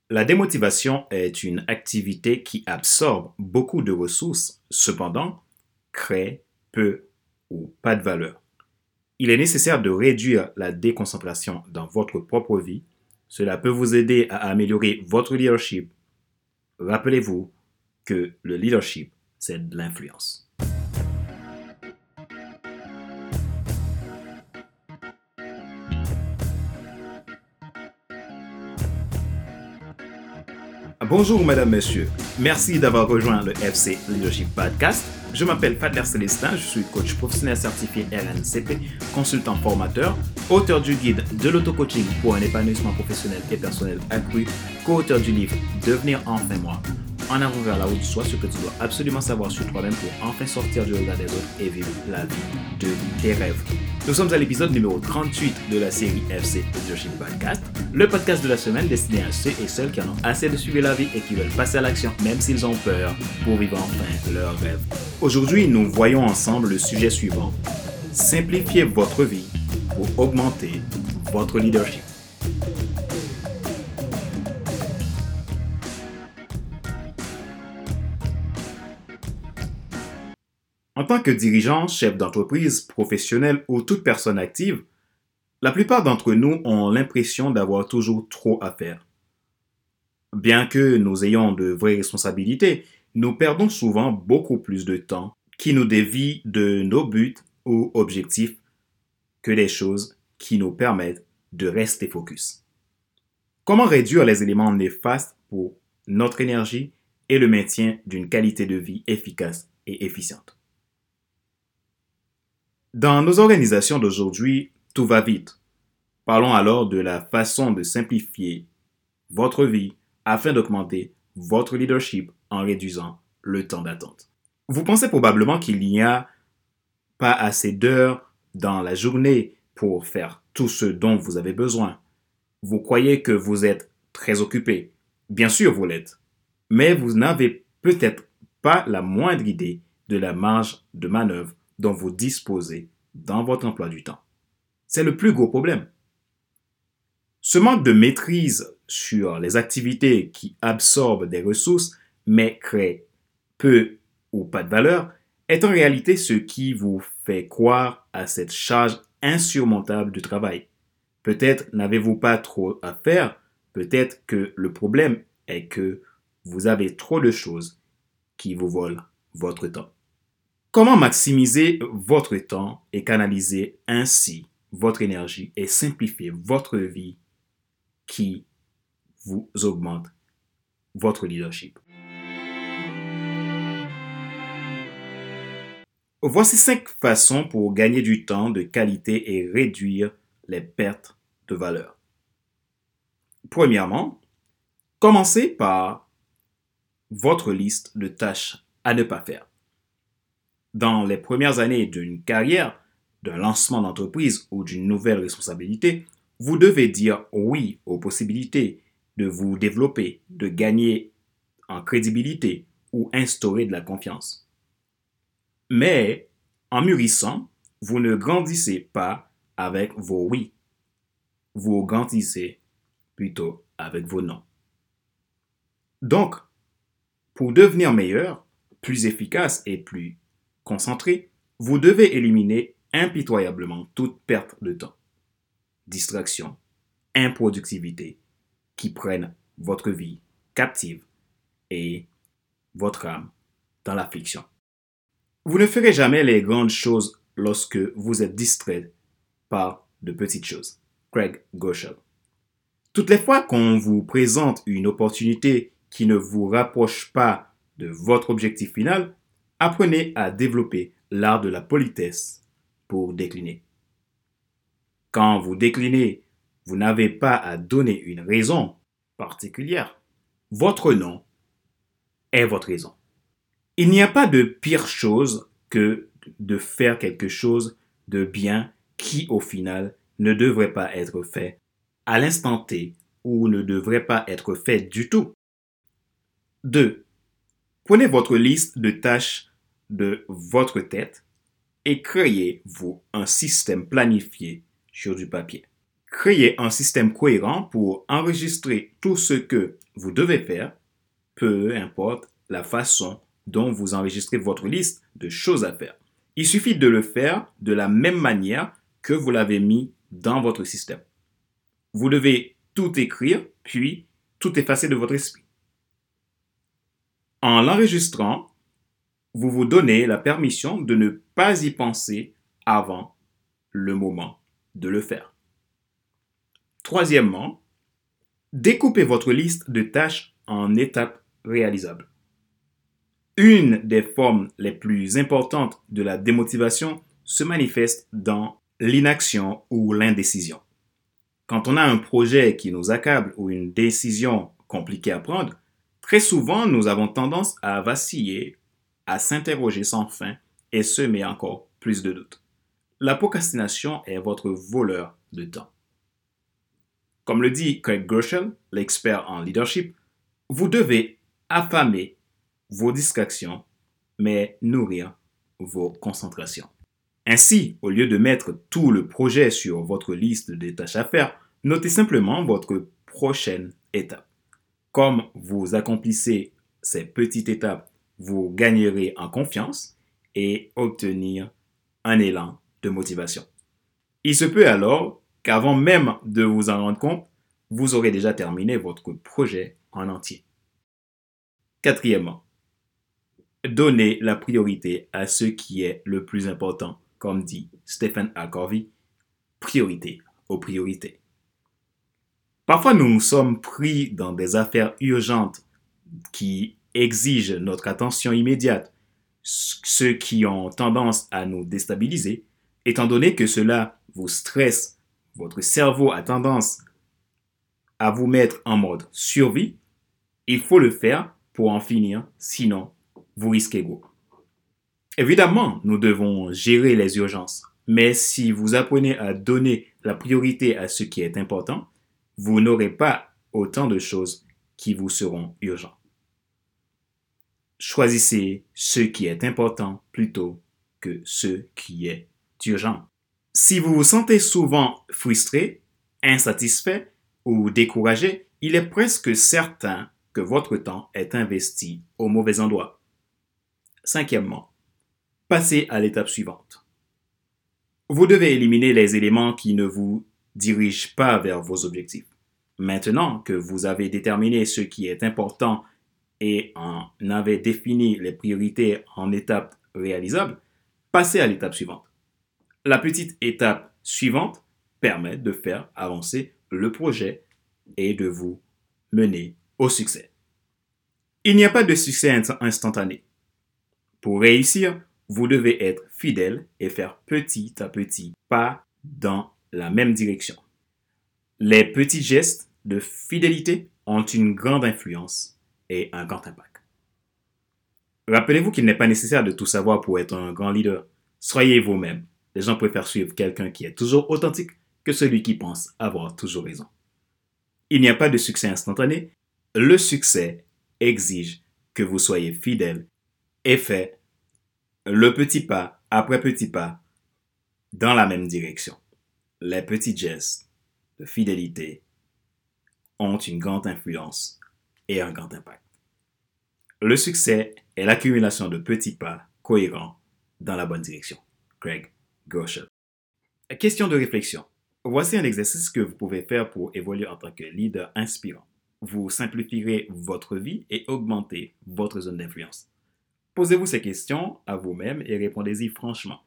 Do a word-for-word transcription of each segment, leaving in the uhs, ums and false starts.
La démotivation est une activité qui absorbe beaucoup de ressources, cependant, crée peu ou pas de valeur. Il est nécessaire de réduire la déconcentration dans votre propre vie. Cela peut vous aider à améliorer votre leadership. Rappelez-vous que le leadership, c'est de l'influence. Bonjour, madame, monsieur. Merci d'avoir rejoint le F C Leadership Podcast. Je m'appelle Fadler Célestin, je suis coach professionnel certifié R N C P, consultant formateur, auteur du guide de l'auto-coaching pour un épanouissement professionnel et personnel accru, co-auteur du livre Devenir enfin moi. En avant vers la haute soit ce que tu dois absolument savoir sur toi-même pour enfin sortir du regard des autres et vivre la vie de tes rêves. Nous sommes à l'épisode numéro trente-huit de la série F C Leadership Podcast, le podcast de la semaine destiné à ceux et celles qui en ont assez de suivre la vie et qui veulent passer à l'action même s'ils ont peur pour vivre enfin leurs rêves. Aujourd'hui, nous voyons ensemble le sujet suivant. Simplifiez votre vie pour augmenter votre leadership. En tant que dirigeant, chef d'entreprise, professionnel ou toute personne active, la plupart d'entre nous ont l'impression d'avoir toujours trop à faire. Bien que nous ayons de vraies responsabilités, nous perdons souvent beaucoup plus de temps qui nous dévie de nos buts ou objectifs que des choses qui nous permettent de rester focus. Comment réduire les éléments néfastes pour notre énergie et le maintien d'une qualité de vie efficace et efficiente? Dans nos organisations d'aujourd'hui, tout va vite. Parlons alors de la façon de simplifier votre vie afin d'augmenter votre leadership en réduisant le temps d'attente. Vous pensez probablement qu'il n'y a pas assez d'heures dans la journée pour faire tout ce dont vous avez besoin. Vous croyez que vous êtes très occupé. Bien sûr, vous l'êtes. Mais vous n'avez peut-être pas la moindre idée de la marge de manœuvre dont vous disposez dans votre emploi du temps. C'est le plus gros problème. Ce manque de maîtrise sur les activités qui absorbent des ressources mais créent peu ou pas de valeur est en réalité ce qui vous fait croire à cette charge insurmontable de travail. Peut-être n'avez-vous pas trop à faire, peut-être que le problème est que vous avez trop de choses qui vous volent votre temps. Comment maximiser votre temps et canaliser ainsi votre énergie et simplifier votre vie qui vous augmente votre leadership? Voici cinq façons pour gagner du temps de qualité et réduire les pertes de valeur. Premièrement, commencez par votre liste de tâches à ne pas faire. Dans les premières années d'une carrière, d'un lancement d'entreprise ou d'une nouvelle responsabilité, vous devez dire oui aux possibilités de vous développer, de gagner en crédibilité ou instaurer de la confiance. Mais en mûrissant, vous ne grandissez pas avec vos oui. Vous grandissez plutôt avec vos non. Donc, pour devenir meilleur, plus efficace et plus concentré, vous devez éliminer impitoyablement toute perte de temps, distraction, improductivité qui prennent votre vie captive et votre âme dans l'affliction. Vous ne ferez jamais les grandes choses lorsque vous êtes distrait par de petites choses. Craig Groeschel. Toutes les fois qu'on vous présente une opportunité qui ne vous rapproche pas de votre objectif final, apprenez à développer l'art de la politesse pour décliner. Quand vous déclinez, vous n'avez pas à donner une raison particulière. Votre nom est votre raison. Il n'y a pas de pire chose que de faire quelque chose de bien qui, au final, ne devrait pas être fait à l'instant T ou ne devrait pas être fait du tout. deux. Prenez votre liste de tâches de votre tête et créez-vous un système planifié sur du papier. Créez un système cohérent pour enregistrer tout ce que vous devez faire, peu importe la façon dont vous enregistrez votre liste de choses à faire. Il suffit de le faire de la même manière que vous l'avez mis dans votre système. Vous devez tout écrire, puis tout effacer de votre esprit. En l'enregistrant, vous vous donnez la permission de ne pas y penser avant le moment de le faire. Troisièmement, découpez votre liste de tâches en étapes réalisables. Une des formes les plus importantes de la démotivation se manifeste dans l'inaction ou l'indécision. Quand on a un projet qui nous accable ou une décision compliquée à prendre, très souvent nous avons tendance à vaciller, à s'interroger sans fin et semer encore plus de doutes. La procrastination est votre voleur de temps. Comme le dit Craig Groeschel, l'expert en leadership, vous devez affamer vos distractions, mais nourrir vos concentrations. Ainsi, au lieu de mettre tout le projet sur votre liste de tâches à faire, notez simplement votre prochaine étape. Comme vous accomplissez ces petites étapes, vous gagnerez en confiance et obtenir un élan de motivation. Il se peut alors qu'avant même de vous en rendre compte, vous aurez déjà terminé votre projet en entier. Quatrièmement, donnez la priorité à ce qui est le plus important, comme dit Stephen A. Covey, priorité aux priorités. Parfois, nous nous sommes pris dans des affaires urgentes qui exigent notre attention immédiate, ceux qui ont tendance à nous déstabiliser, étant donné que cela vous stresse, votre cerveau a tendance à vous mettre en mode survie, il faut le faire pour en finir, sinon vous risquez gros. Évidemment, nous devons gérer les urgences, mais si vous apprenez à donner la priorité à ce qui est important, vous n'aurez pas autant de choses qui vous seront urgentes. Choisissez ce qui est important plutôt que ce qui est urgent. Si vous vous sentez souvent frustré, insatisfait ou découragé, il est presque certain que votre temps est investi au mauvais endroit. Cinquièmement, passez à l'étape suivante. Vous devez éliminer les éléments qui ne vous dirigent pas vers vos objectifs. Maintenant que vous avez déterminé ce qui est important et en avez défini les priorités en étapes réalisables, passez à l'étape suivante. La petite étape suivante permet de faire avancer le projet et de vous mener au succès. Il n'y a pas de succès instantané. Pour réussir, vous devez être fidèle et faire petit à petit pas dans la même direction. Les petits gestes de fidélité ont une grande influence et un grand impact. Rappelez-vous qu'il n'est pas nécessaire de tout savoir pour être un grand leader. Soyez vous-même. Les gens préfèrent suivre quelqu'un qui est toujours authentique que celui qui pense avoir toujours raison. Il n'y a pas de succès instantané. Le succès exige que vous soyez fidèle et fait le petit pas après petit pas dans la même direction. Les petits gestes de fidélité ont une grande influence et un grand impact. Le succès est l'accumulation de petits pas cohérents dans la bonne direction. Craig Groeschel. Question de réflexion. Voici un exercice que vous pouvez faire pour évoluer en tant que leader inspirant. Vous simplifierez votre vie et augmentez votre zone d'influence. Posez-vous ces questions à vous-même et répondez-y franchement.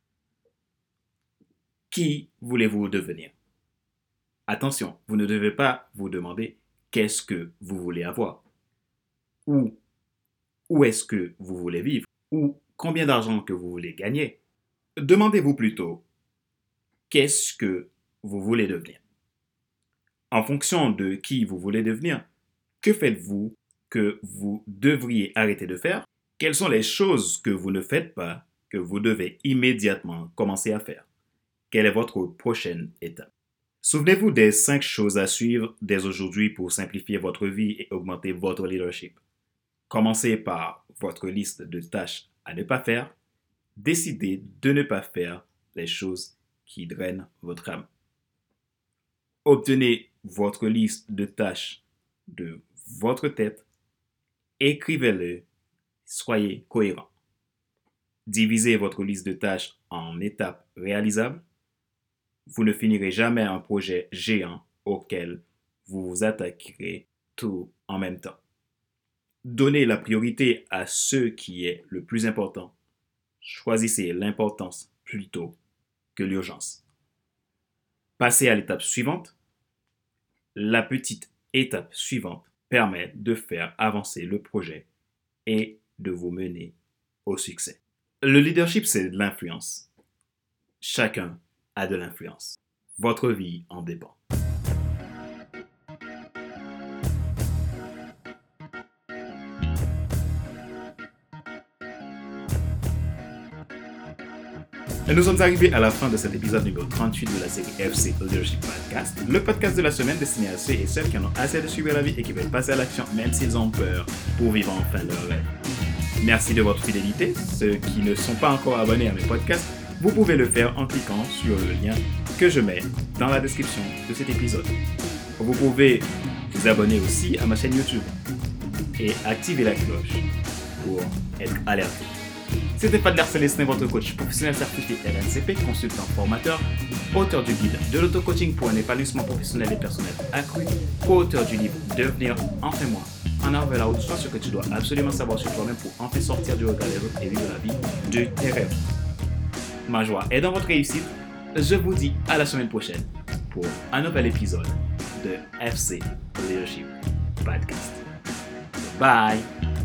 Qui voulez-vous devenir? Attention, vous ne devez pas vous demander qu'est-ce que vous voulez avoir, ou où est-ce que vous voulez vivre, ou combien d'argent que vous voulez gagner. Demandez-vous plutôt qu'est-ce que vous voulez devenir. En fonction de qui vous voulez devenir, que faites-vous que vous devriez arrêter de faire? Quelles sont les choses que vous ne faites pas que vous devez immédiatement commencer à faire? Quelle est votre prochaine étape? Souvenez-vous des cinq choses à suivre dès aujourd'hui pour simplifier votre vie et augmenter votre leadership. Commencez par votre liste de tâches à ne pas faire. Décidez de ne pas faire les choses qui drainent votre âme. Obtenez votre liste de tâches de votre tête. Écrivez-le. Soyez cohérent. Divisez votre liste de tâches en étapes réalisables. Vous ne finirez jamais un projet géant auquel vous vous attaquerez tout en même temps. Donnez la priorité à ce qui est le plus important. Choisissez l'importance plutôt que l'urgence. Passez à l'étape suivante. La petite étape suivante permet de faire avancer le projet et de vous mener au succès. Le leadership, c'est de l'influence. Chacun a de l'influence. Votre vie en dépend. Et nous sommes arrivés à la fin de cet épisode numéro trente-huit de la série F C Leadership Podcast, le podcast de la semaine destiné à ceux et celles qui en ont assez de suivre la vie et qui veulent passer à l'action même s'ils ont peur pour vivre enfin leur rêve. Merci de votre fidélité. Ceux qui ne sont pas encore abonnés à mes podcasts, vous pouvez le faire en cliquant sur le lien que je mets dans la description de cet épisode. Vous pouvez vous abonner aussi à ma chaîne YouTube et activer la cloche pour être alerté. C'était Fadler Célestin, votre coach professionnel certifié R N C P, consultant formateur, auteur du guide de l'auto-coaching pour un épanouissement professionnel et personnel accru, co-auteur du livre Devenir enfin moi, en avant vers la haute, soit ce que tu dois absolument savoir sur toi-même pour enfin sortir du regard des autres et vivre la vie de tes rêves. Ma joie est dans votre réussite. Je vous dis à la semaine prochaine pour un nouvel épisode de F C Leadership Podcast. Bye!